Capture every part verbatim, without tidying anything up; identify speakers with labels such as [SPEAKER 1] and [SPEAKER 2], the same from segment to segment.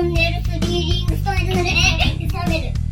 [SPEAKER 1] ンネルスリーリングスタイルで食べる。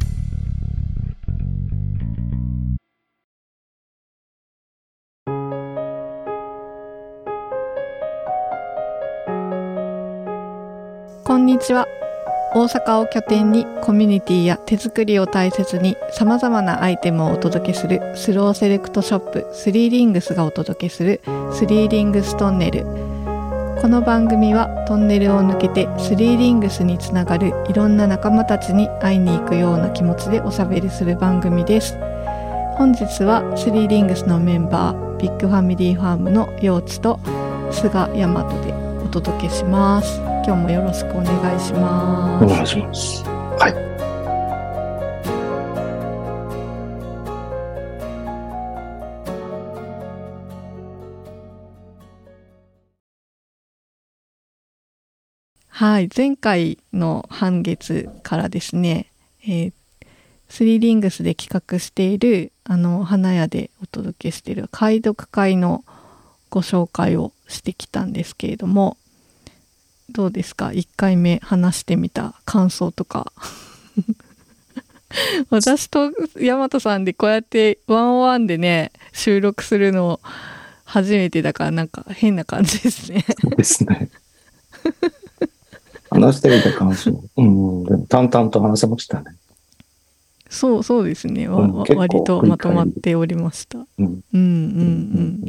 [SPEAKER 2] こんにちは。大阪を拠点にコミュニティや手作りを大切に様々なアイテムをお届けするスローセレクトショップスリーリングスがお届けするスリーリングストンネル。この番組はトンネルを抜けてスリーリングスにつながるいろんな仲間たちに会いに行くような気持ちでおしゃべりする番組です。本日はスリーリングスのメンバービッグファミリーファームの陽地と菅大和でお届けします。今日もよろしくお願いします。
[SPEAKER 3] お願いします。はい。
[SPEAKER 2] はい、前回の半月からですね、えー、スリーリングスで企画しているあの花屋でお届けしている解読会のご紹介をしてきたんですけれども、どうですか？いっかいめ話してみた感想とか私と大和さんでこうやってワンオンワンでね収録するの初めてだからなんか変な感じですね。
[SPEAKER 3] そうですね。話してみた感想、うん、でも淡々と話せましたね。
[SPEAKER 2] そうそうですね、わ、
[SPEAKER 3] うん、
[SPEAKER 2] 割とまとまっておりました。うんうんうんうん。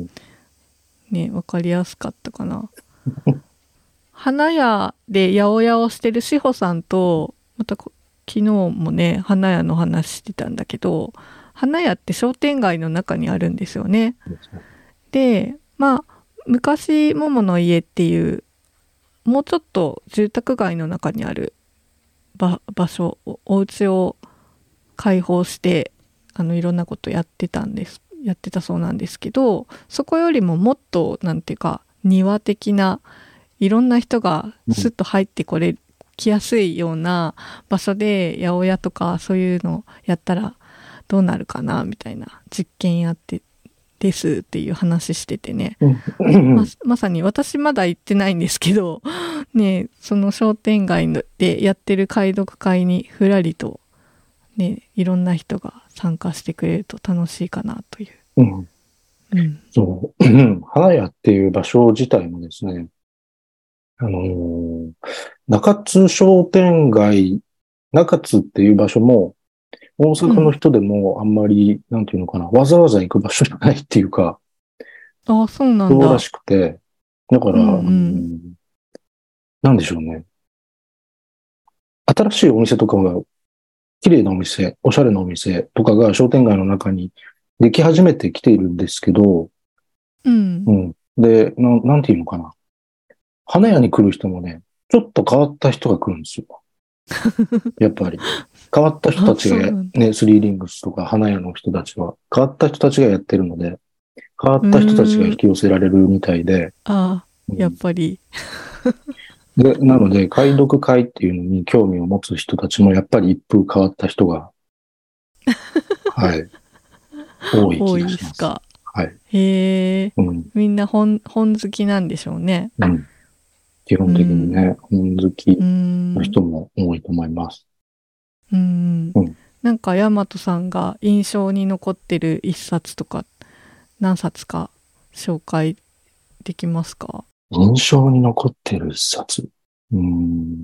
[SPEAKER 2] ね、わかりやすかったかな。花屋で八百屋をしてる志保さんとまた昨日もね花屋の話してたんだけど、花屋って商店街の中にあるんですよね。でまあ昔桃の家っていうもうちょっと住宅街の中にある 場, 場所お家を開放してあのいろんなことやってたんですやってたそうなんですけど、そこよりももっとなんていうか庭的ないろんな人がスッと入ってこれ、うん、来やすいような場所で八百屋とかそういうのやったらどうなるかなみたいな実験やってですっていう話しててね、ま, まさに私まだ行ってないんですけどね、その商店街でやってる解読会にふらりとねいろんな人が参加してくれると楽しいかなという、
[SPEAKER 3] うんうん、そう花屋っていう場所自体もですね、あのー、中津商店街、中津っていう場所も、大阪の人でもあんまり、うん、なんていうのかな、わざわざ行く場所じゃないっていうか、
[SPEAKER 2] ああ、そうなんだ。
[SPEAKER 3] そうらしくて、だから、うんうん、なんでしょうね。新しいお店とかが、綺麗なお店、おしゃれなお店とかが商店街の中にでき始めてきているんですけど、
[SPEAKER 2] うん。
[SPEAKER 3] うん、でな、なんていうのかな。花屋に来る人もね、ちょっと変わった人が来るんですよ。やっぱり。変わった人たちがね、スリーリングスとか花屋の人たちは、変わった人たちがやってるので、変わった人たちが引き寄せられるみたいで。
[SPEAKER 2] ああ、うん、やっぱり。
[SPEAKER 3] で、なので、解読会っていうのに興味を持つ人たちも、やっぱり一風変わった人が、はい、多い気がします。多いですか。はい。
[SPEAKER 2] へえ、うん、みんな本、本好きなんでしょうね。
[SPEAKER 3] うん。基本的にね、うん、本好きの人も多いと思います。
[SPEAKER 2] うん。うん、なんか大和さんが印象に残ってる一冊とか何冊か紹介できますか？
[SPEAKER 3] 印象に残ってる一冊。うーん。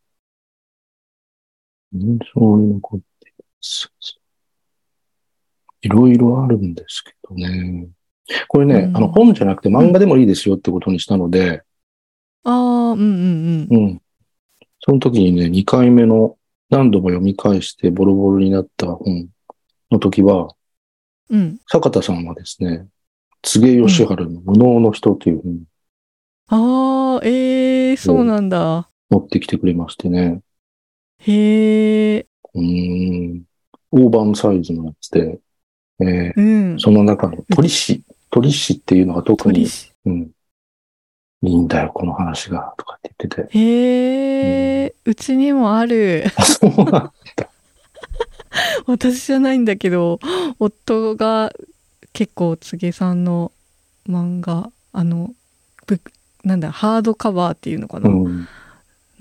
[SPEAKER 3] 印象に残ってる一冊。いろいろあるんですけどね。これね、あの本じゃなくて漫画でもいいですよってことにしたので。
[SPEAKER 2] うん、ああ、うんうんうん。
[SPEAKER 3] うん。その時にね、にかいめの何度も読み返してボロボロになった本の時は、うん、坂田さんはですね、柘植義治の無能の人というふうに、
[SPEAKER 2] うん、ああ、ええー、そうなんだ。
[SPEAKER 3] 持ってきてくれましてね。
[SPEAKER 2] へえ。
[SPEAKER 3] うーん。大判サイズのやつで、えーうん、その中の鳥詩、鳥詩っていうのが特に、うん、いいんだよ、この話が、とかって言ってて。
[SPEAKER 2] へえ、うん、うちにもある。
[SPEAKER 3] あ、そうなんだ。
[SPEAKER 2] 私じゃないんだけど、夫が結構柘植さんの漫画、あの、なんだ、ハードカバーっていうのかな、うん、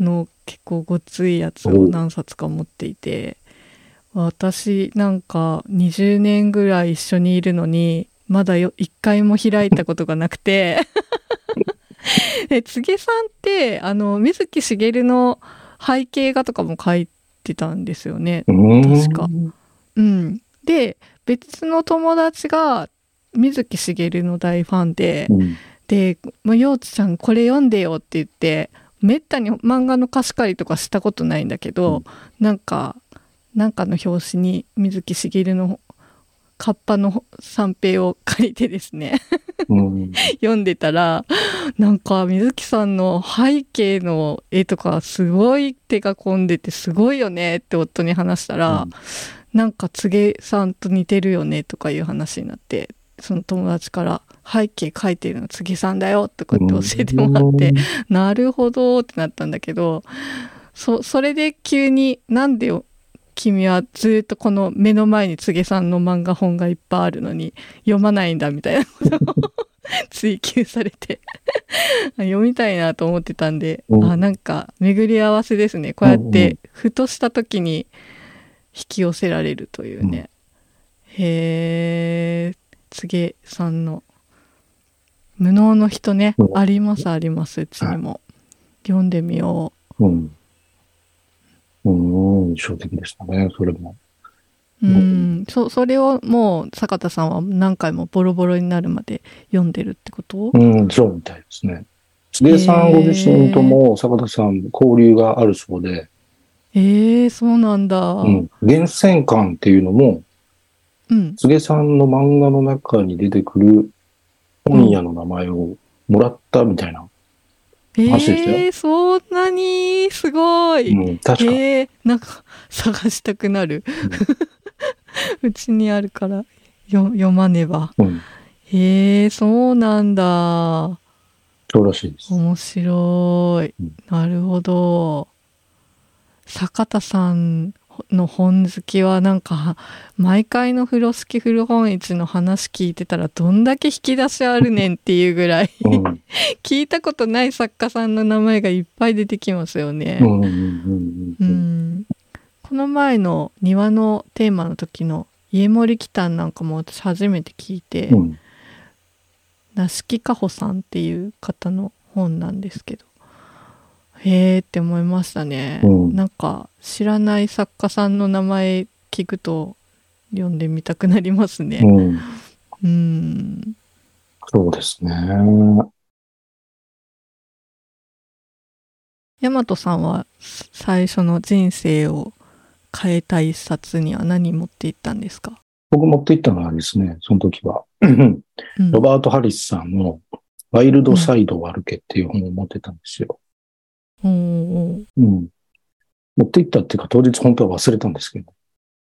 [SPEAKER 2] の結構ごついやつを何冊か持っていて、私なんかにじゅうねんぐらい一緒にいるのにまだよ一回も開いたことがなくてで柘植さんってあの水木しげるの背景画とかも描いてたんですよね、確か。うん、で別の友達が水木しげるの大ファンで、うん、で「もうようつちゃんこれ読んでよ」って言って、めったに漫画の貸し借りとかしたことないんだけど、うん、なんかなんかの表紙に水木しげるのカッパの三平を借りてですね、うん、読んでたら、なんか水木さんの背景の絵とかすごい手が込んでてすごいよねって夫に話したら、うん、なんか柘植さんと似てるよねとかいう話になって、その友達から背景描いてるの柘植さんだよとかって教えてもらって、うん、なるほどってなったんだけど、そそれで急になんで君はずっとこの目の前に柘植さんの漫画本がいっぱいあるのに読まないんだみたいなことを追求されて読みたいなと思ってたんで、うん、あ、なんか巡り合わせですね。こうやってふとした時に引き寄せられるというね、うん、へー、柘植さんの無能の人ね、うん、ありますあります、うちにも。読んでみよう。うん
[SPEAKER 3] うん、印象的でしたね、それも。
[SPEAKER 2] うん、そ, それをもう坂田さんは何回もボロボロになるまで読んでるってこと？
[SPEAKER 3] うん、そうみたいですね。柘植さんご自身とも坂田さん交流があるそうで。
[SPEAKER 2] えー、そうなんだ。
[SPEAKER 3] うん。源泉館っていうのも、うん、柘植さんの漫画の中に出てくる本屋の名前をもらったみたいな。
[SPEAKER 2] えー、そんなにすごい、
[SPEAKER 3] うん、確か、
[SPEAKER 2] えー、なんか探したくなる、うん、うちにあるからよ読まねば、うん、えー、そうなんだ。
[SPEAKER 3] そうらしいです。
[SPEAKER 2] 面白い、うん、なるほど。坂田さんの本好きはなんか毎回の風呂敷古本市の話聞いてたらどんだけ引き出しあるねんっていうぐらい、うん、聞いたことない作家さんの名前がいっぱい出てきますよね。この前の庭のテーマの時の家森奇譚なんかも私初めて聞いて、うん、那須木かほさんっていう方の本なんですけど、へーって思いましたね、うん、なんか知らない作家さんの名前聞くと読んでみたくなりますね。うん、うん、
[SPEAKER 3] そうですね。
[SPEAKER 2] 大和さんは最初の人生を変えた一冊には何持っていったんですか？
[SPEAKER 3] 僕持っていったのはですね、その時は、うん、ロバート・ハリスさんのワイルドサイドを歩けっていう本を持ってたんですよ。うん、うん、持っていったっていうか当日本当は忘れたんですけど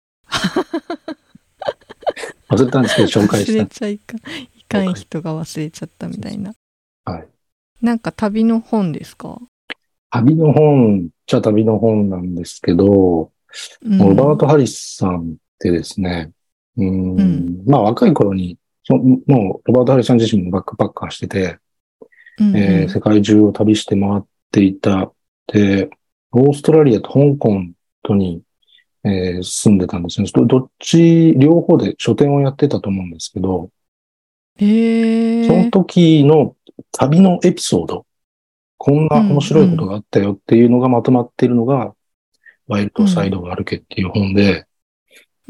[SPEAKER 3] 忘れたんですけど紹介した。
[SPEAKER 2] 忘れちゃいかん、いかん人が忘れちゃったみたいな。
[SPEAKER 3] はい。
[SPEAKER 2] なんか旅の本ですか？
[SPEAKER 3] 旅の本じゃ旅の本なんですけど、うん、ロバート・ハリスさんってですね、うーん、うん、まあ若い頃にもうロバート・ハリスさん自身もバックパッカーしてて、うんうん、えー、世界中を旅して回っていた。で、オーストラリアと香港とに、えー、住んでたんですね。どっち、両方で書店をやってたと思うんですけど、
[SPEAKER 2] へー、
[SPEAKER 3] その時の旅のエピソード、こんな面白いことがあったよっていうのがまとまっているのが、うんうん、ワイルドサイドが歩けっていう本で、うん、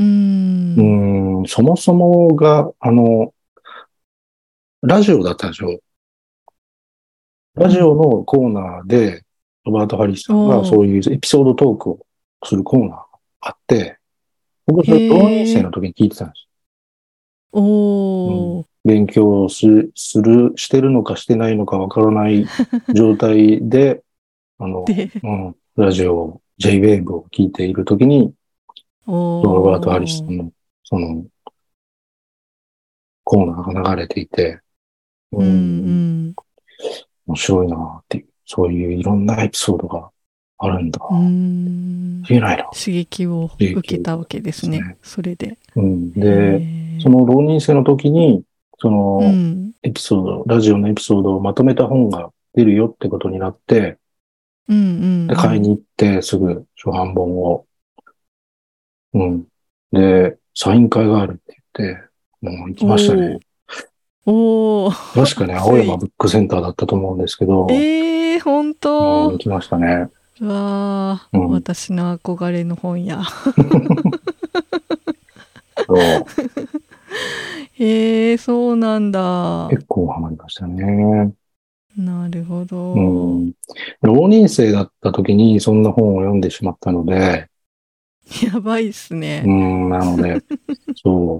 [SPEAKER 3] うーん、そもそもが、あの、ラジオだったでしょ。ラジオのコーナーで、ロバート・ハリスさんがそういうエピソードトークをするコーナーがあって、僕はそれ浪人生の時に聞いてたんです。おー、うん、勉強する、する、してるのかしてないのかわからない状態で、あの、うん、ラジオ、J-ウェーブ を聞いている時に、ロバート・ハリスさんのそのコーナーが流れていて、うんうん、面白いなっていう、そういういろんなエピソードがあるんだ。うん、言えないな。
[SPEAKER 2] 刺激を受けたわけですね。ね、それで。
[SPEAKER 3] うん、で、その浪人生の時に、そのエピソード、うん、ラジオのエピソードをまとめた本が出るよってことになって、
[SPEAKER 2] うんうんうん。
[SPEAKER 3] で、買いに行ってすぐ初版本を。うん。で、サイン会があるって言って、もう行きましたね。
[SPEAKER 2] おー。お
[SPEAKER 3] 確か
[SPEAKER 2] ー。
[SPEAKER 3] ね、青
[SPEAKER 2] つい。
[SPEAKER 3] 山ブックセンターだったと思うんですけど、
[SPEAKER 2] えー、本
[SPEAKER 3] うん、
[SPEAKER 2] 当。
[SPEAKER 3] 行きましたね。
[SPEAKER 2] うわー、
[SPEAKER 3] うん。
[SPEAKER 2] 私の憧れの本屋。
[SPEAKER 3] そう。
[SPEAKER 2] へえ、そうなんだ。
[SPEAKER 3] 結構ハマりましたね。
[SPEAKER 2] なるほ
[SPEAKER 3] う
[SPEAKER 2] ど。
[SPEAKER 3] ん。浪人生だった時にそんな本を読んでしまったので、
[SPEAKER 2] やばいっすね。
[SPEAKER 3] うん、なので、そう。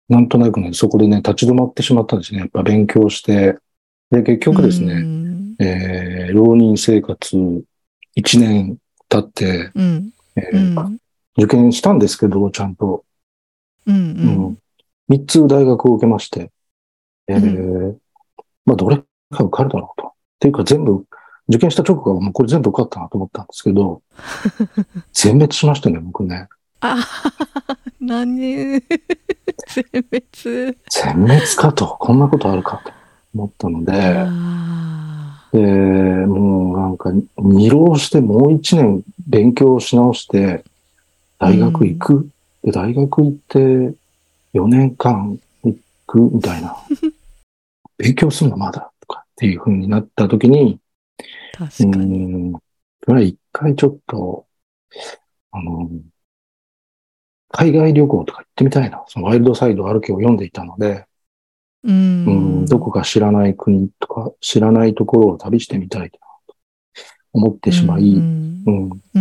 [SPEAKER 3] なんとなくね、そこでね、立ち止まってしまったんですね。やっぱ勉強して。で、結
[SPEAKER 2] うー
[SPEAKER 3] 局ですね、
[SPEAKER 2] ん。
[SPEAKER 3] えー、浪人生活いちねん経って、
[SPEAKER 2] うん。
[SPEAKER 3] えー
[SPEAKER 2] うん。
[SPEAKER 3] 受験したんですけど、ちゃんと。
[SPEAKER 2] うん。う
[SPEAKER 3] うん。
[SPEAKER 2] ん。
[SPEAKER 3] みっつ大学を受けまして、え
[SPEAKER 2] うん。
[SPEAKER 3] ー、まあ、どれか受かるだろうと。っていうか全部、受験した直後はもうこれ全部受かったなと思ったんですけど、全滅しましたね、僕ね。
[SPEAKER 2] あ、何全滅。
[SPEAKER 3] 全滅かと、こんなことあるかと思ったので、
[SPEAKER 2] あ
[SPEAKER 3] で、もうなんか、二浪してもう一年勉強し直して、
[SPEAKER 2] あ。う
[SPEAKER 3] 大学行
[SPEAKER 2] ん。
[SPEAKER 3] く。で、大学行ってよねんかん行くみたいな。勉強するのまだとかっていう風になった時に、うー
[SPEAKER 2] 確かに。
[SPEAKER 3] ん、それは一回ちょっと、あの、海外旅行とか行ってみたいな。そのワイルドサイド歩きを読んでいたので、
[SPEAKER 2] うー
[SPEAKER 3] うん、どこ
[SPEAKER 2] ん。
[SPEAKER 3] か知らない国とか知らないところを旅してみたいと思って
[SPEAKER 2] うん。
[SPEAKER 3] しまい、
[SPEAKER 2] うん。
[SPEAKER 3] うん、
[SPEAKER 2] うん。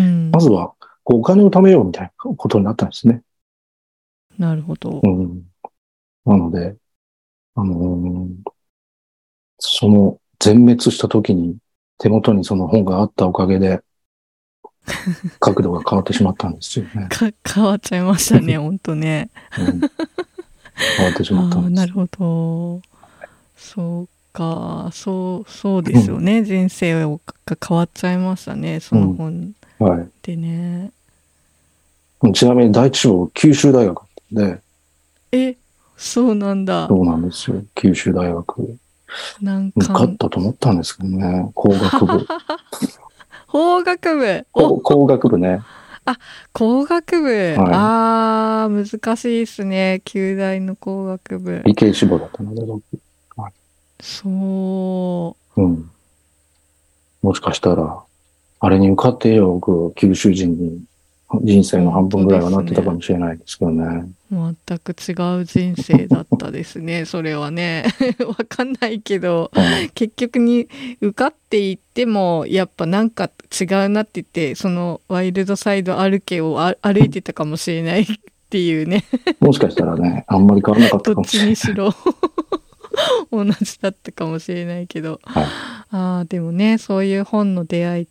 [SPEAKER 3] まずはこうお金を貯めようみたいなことになったんですね。
[SPEAKER 2] なるほど。
[SPEAKER 3] うん、なので、あのーその全滅した時に手元にその本があったおかげで角度が変わってしまったんですよね。
[SPEAKER 2] か、変わっちゃいましたね、ほんとね。
[SPEAKER 3] うん、変わってしまった
[SPEAKER 2] ああ、
[SPEAKER 3] んです。
[SPEAKER 2] なるほど。そうか、そう、そうですよね。人生が変わっちゃいましたね、そ
[SPEAKER 3] うん、
[SPEAKER 2] の本
[SPEAKER 3] は
[SPEAKER 2] でね。
[SPEAKER 3] い。ちなみに第一志望、九州大学で、
[SPEAKER 2] え、そうなんだ。
[SPEAKER 3] そうなんですよ。九州大学。
[SPEAKER 2] 難
[SPEAKER 3] 受かっ
[SPEAKER 2] 関。
[SPEAKER 3] たと思ったんですけどね。工学部。
[SPEAKER 2] 法学部。お、
[SPEAKER 3] 工工学部ね。
[SPEAKER 2] あ、工学部。
[SPEAKER 3] はい。
[SPEAKER 2] あー、難しいっすね。旧大の工学部。
[SPEAKER 3] 理系志望だったので、僕。はい。
[SPEAKER 2] そ
[SPEAKER 3] うん。もしかしたら、あれに受かってよ、僕、九州人に人
[SPEAKER 2] う。
[SPEAKER 3] 生の半分
[SPEAKER 2] 本当で
[SPEAKER 3] ぐらいはなってたか
[SPEAKER 2] すね。
[SPEAKER 3] もしれないですけどね。
[SPEAKER 2] 全く違う人生だったですね。それはね。わかんないけど、
[SPEAKER 3] はい。
[SPEAKER 2] 結局に受かっていっても、やっぱなんか違うなって言って、そのワイルドサイド歩けをあ歩いてたかもしれないっていうね。
[SPEAKER 3] もしかしたらね、あんまり変わらなかった
[SPEAKER 2] どっち
[SPEAKER 3] かもしれない。
[SPEAKER 2] にしろ同じだったかもしれないけど。
[SPEAKER 3] はい。
[SPEAKER 2] ああ、でもね、そういう本の出会いって、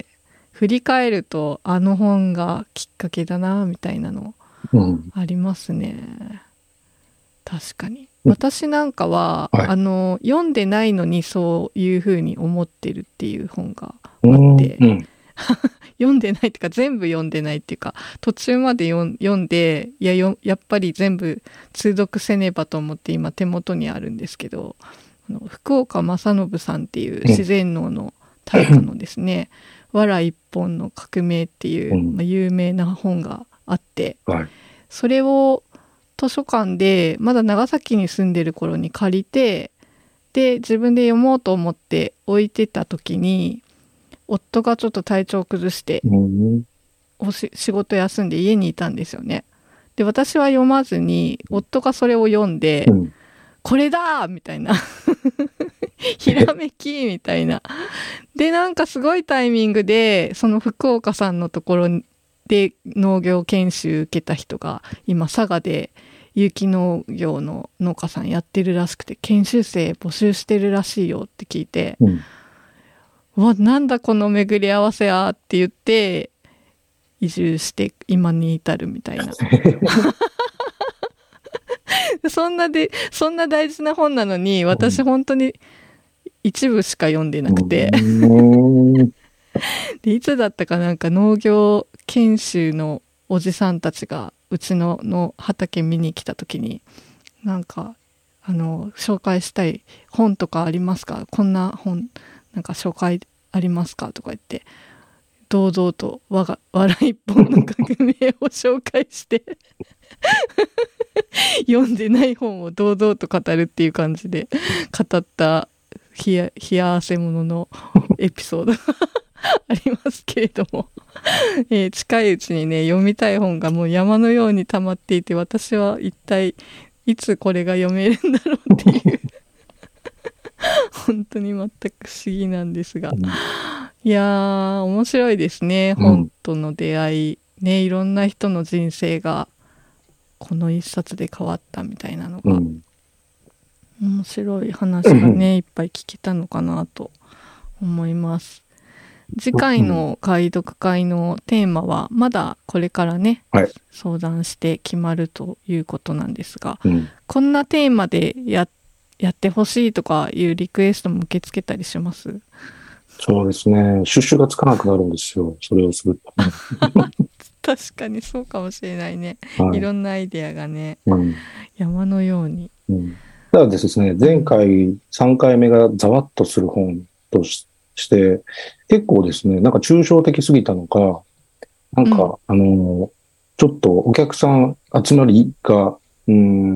[SPEAKER 2] 振り返るとあの本がきっかけだな、みたいなの
[SPEAKER 3] うん。
[SPEAKER 2] ありますね。確かに。
[SPEAKER 3] うん。
[SPEAKER 2] 私なんかは、
[SPEAKER 3] はい。
[SPEAKER 2] あの、読んでないのにそういうふうに思ってるっていう本が
[SPEAKER 3] う
[SPEAKER 2] あっ
[SPEAKER 3] ん。
[SPEAKER 2] て、
[SPEAKER 3] うん。
[SPEAKER 2] 読んでないっていうか全部読んでないっていうか、途中まで読ん読んで、いやよ、やっぱり全部通読せねばと思って今手元にあるんですけど、あの福岡正信さんっていう
[SPEAKER 3] うん。
[SPEAKER 2] 自然農の大家のですね、藁一本の革命っていう、まあ、
[SPEAKER 3] うん。
[SPEAKER 2] 有名な本があって、
[SPEAKER 3] はい。
[SPEAKER 2] それを図書館でまだ長崎に住んでる頃に借りて、で自分で読もうと思って置いてた時に夫がちょっと体調を崩して
[SPEAKER 3] うん。
[SPEAKER 2] おし仕事休んで家にいたんですよね。で私は読まずに夫がそれを読んで、
[SPEAKER 3] うん。
[SPEAKER 2] これだみたいなひらめきみたいな。でなんかすごいタイミングでその福岡さんのところで農業研修受けた人が今佐賀で有機農業の農家さんやってるらしくて、研修生募集してるらしいよって聞いて、
[SPEAKER 3] うん。
[SPEAKER 2] うわなんだこの巡り合わせやって言って移住して今に至るみたいな。そんなでそんな大事な本なのに私本当に一部しか読んでな
[SPEAKER 3] う
[SPEAKER 2] くて、
[SPEAKER 3] ん。
[SPEAKER 2] でいつだったかなんか農業研修のおじさんたちがうちのの畑見に来た時に、なんかあの紹介したい本とかありますか、こんな本なんか紹介ありますかとか言って、 堂々と我が笑い一本の革命を紹介して読んでない本を堂々と語るっていう感じで語った冷や、冷や汗もののエピソードがありますけれども、えー近いうちにね読みたい本がもう山のように溜まっていて、私は一体いつこれが読めるんだろうっていう本当に全く不思議なんですが、いやー面白いですね、本との出会いね、いろんな人の人生がこの一冊で変わったみたいなのが、
[SPEAKER 3] うん
[SPEAKER 2] 面白い話がねいっぱい聞けたのかなと思います。次回の解読会のテーマはまだこれからね、
[SPEAKER 3] はい
[SPEAKER 2] 相談して決まるということなんですが、
[SPEAKER 3] うん
[SPEAKER 2] こんなテーマでややってほしいとかいうリクエストも受け付けたりします？
[SPEAKER 3] そうですね。シュッシュがつかなくなるんですよ。それをすると。
[SPEAKER 2] 確かにそうかもしれないね、
[SPEAKER 3] はい
[SPEAKER 2] いろんなアイデアがね
[SPEAKER 3] うん
[SPEAKER 2] 山のように。
[SPEAKER 3] うんただですね、前回さんかいめがざわっとする本としして、結構ですね、なんか抽象的すぎたのか、なんか、あの、ちょっとお客さん集まりが、うん、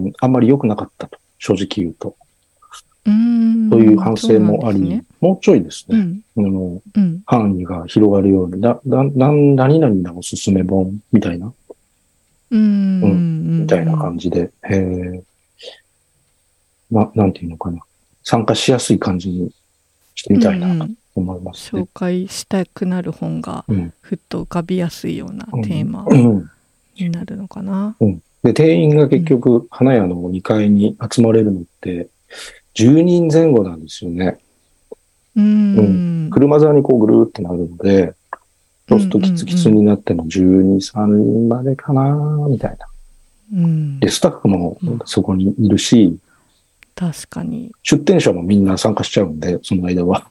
[SPEAKER 3] あんまり良くなかったと、正直言うと。
[SPEAKER 2] うーん
[SPEAKER 3] という反省もあり、
[SPEAKER 2] そうなんですね。
[SPEAKER 3] もうちょいですね、
[SPEAKER 2] うん
[SPEAKER 3] あの
[SPEAKER 2] うん
[SPEAKER 3] 範囲が広がるように、だ、だ、な、何々なおすすめ本みたいな、
[SPEAKER 2] うーん
[SPEAKER 3] みたいな感じで、えーな、なんていうのかな。参加しやすい感じにしてみたいなと思いますね。
[SPEAKER 2] 紹介したくなる本が
[SPEAKER 3] うん
[SPEAKER 2] ふっと浮かびやすいようなテーマ
[SPEAKER 3] うん
[SPEAKER 2] になるのかな。
[SPEAKER 3] うんで、定員が結局、花屋のにかいに集まれるのって、じゅうにんぜん後なんですよね。
[SPEAKER 2] うーん
[SPEAKER 3] 車座にこうぐるーってなるので、そうするとキツキツになってもじゅうに、さんにんまでかなみたいな。
[SPEAKER 2] うん
[SPEAKER 3] で、スタッフもそこにいるし、
[SPEAKER 2] 確かに。
[SPEAKER 3] 出店者もみんな参加しちゃうんで、その間は。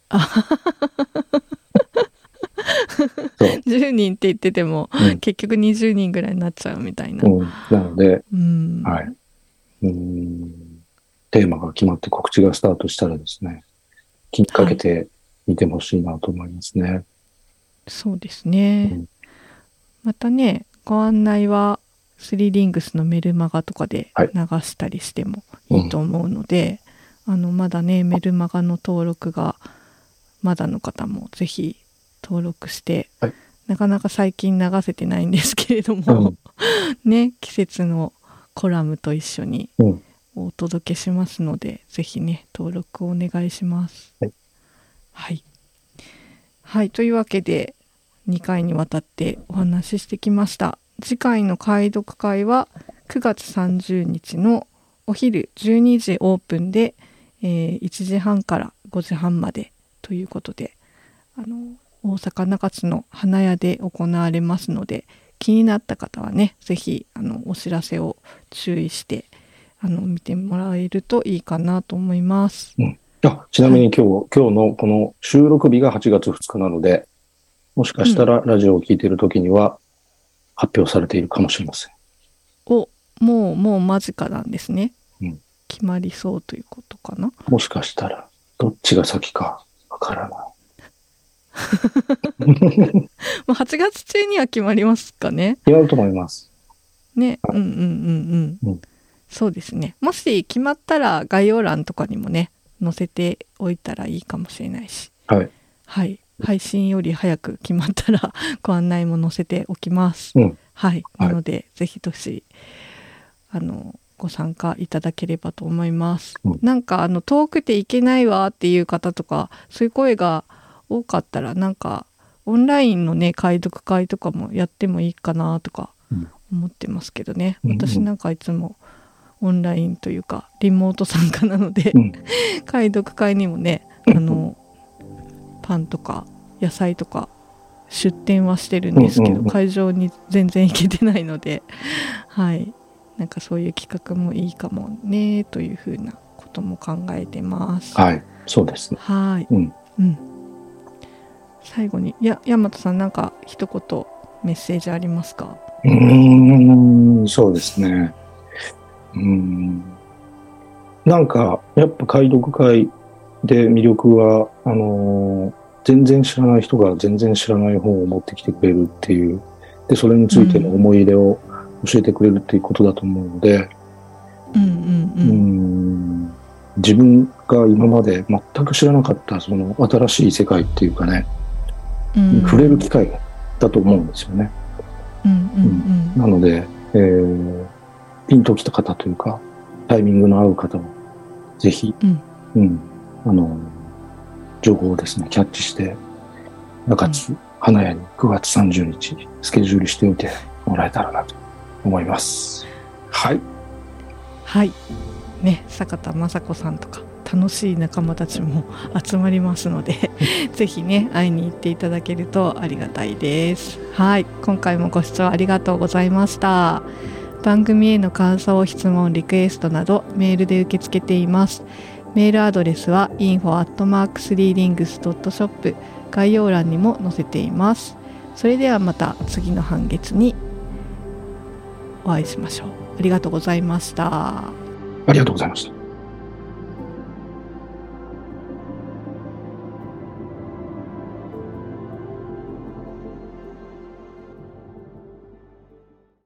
[SPEAKER 3] そう
[SPEAKER 2] じゅうにんって言ってても、
[SPEAKER 3] うん
[SPEAKER 2] 結局にじゅうにんぐらいになっちゃうみたいな。
[SPEAKER 3] うん、なので、
[SPEAKER 2] うん
[SPEAKER 3] はい。うーんテーマが決まって告知がスタートしたらですね、気にかけてみてほしいなと思いますね。
[SPEAKER 2] そうですね、
[SPEAKER 3] うん
[SPEAKER 2] またねご案内はスリーリングスのメルマガとかで
[SPEAKER 3] はい
[SPEAKER 2] 流したりしてもいいと思うので、あのまだねメルマガの登録がまだの方もぜひ登録して、
[SPEAKER 3] はい
[SPEAKER 2] なかなか最近流せてないんですけれども、ね季節のコラムと一緒に
[SPEAKER 3] うん
[SPEAKER 2] お届けしますので、ぜひね登録をお願いします。
[SPEAKER 3] はい、
[SPEAKER 2] はいはい、というわけでにかいにわたってお話ししてきました。次回の解読会はくがつさんじゅうにちのお昼じゅうにじオープンで、えーいちじはんからごじはんまでということで、あの大阪中津の花屋で行われますので、気になった方はねぜひあのお知らせを注意してあの見てもらえるといいかなと思います。
[SPEAKER 3] うんあちなみに今日、今日のこの収録日がはちがつふつかなので、もしかしたらラジオを聞いているときには発表されているかもしれません。
[SPEAKER 2] おもうもう間近なんですね、
[SPEAKER 3] うん
[SPEAKER 2] 決まりそうということかな。
[SPEAKER 3] もしかしたら、どっちが先かわからない。
[SPEAKER 2] まあはちがつ中には決まりますかね。
[SPEAKER 3] 決まると思います。
[SPEAKER 2] ね、うんうんうんうん。
[SPEAKER 3] うん
[SPEAKER 2] そうですね。もし決まったら概要欄とかにもね、載せておいたらいいかもしれないし。
[SPEAKER 3] はい。
[SPEAKER 2] はい。配信より早く決まったらご案内も載せておきます。
[SPEAKER 3] うん。
[SPEAKER 2] はい。
[SPEAKER 3] はい
[SPEAKER 2] なので、ぜひとし、あの、ご参加いただければと思います。
[SPEAKER 3] うん
[SPEAKER 2] なんか、あの、遠くて行けないわっていう方とか、そういう声が多かったら、なんか、オンラインのね、解読会とかもやってもいいかなとか
[SPEAKER 3] うん
[SPEAKER 2] 思ってますけどね。
[SPEAKER 3] うんうん
[SPEAKER 2] 私なんかいつもオンラインというか、リモート参加なので、
[SPEAKER 3] うん。
[SPEAKER 2] 解読会にもね、あの、パンとか野菜とか出店はしてるんですけど、
[SPEAKER 3] うんうんうん
[SPEAKER 2] 会場に全然行けてないので、はい。なんかそういう企画もいいかもね、というふうなことも考えてます。
[SPEAKER 3] はい。そうですね。
[SPEAKER 2] はい。
[SPEAKER 3] うん。
[SPEAKER 2] うん。最後に、いや、大和さんなんか一言メッセージありますか？
[SPEAKER 3] うーん、そうですね。うーん。なんか、やっぱ解読会で魅力は、あのー全然知らない人が全然知らない本を持ってきてくれるっていう、で、それについての思い入れを教えてくれるっていうことだと思うので、
[SPEAKER 2] うんうんうん、
[SPEAKER 3] うん自分が今まで全く知らなかったその新しい世界っていうかね、うん、触れる機会だと思うんですよね。
[SPEAKER 2] うんうんうん、
[SPEAKER 3] なので、えー、ピンときた方というかタイミングの合う方はぜひ、うんうん、あの情報をですねキャッチして中津、うん、花屋にくがつさんじゅうにちスケジュールしておいてもらえたらなと思います。はい
[SPEAKER 2] はいね、坂田雅子さんとか楽しい仲間たちも集まりますのでぜひね会いに行っていただけるとありがたいです。はい、今回もご視聴ありがとうございました。番組への感想、質問、リクエストなどメールで受け付けています。メールアドレスは インフォ アットマーク スリーリングス ドット ショップ、 概要欄にも載せています。それではまた次の半月にお会いしましょう。ありがとうございました。
[SPEAKER 3] ありがとうございました。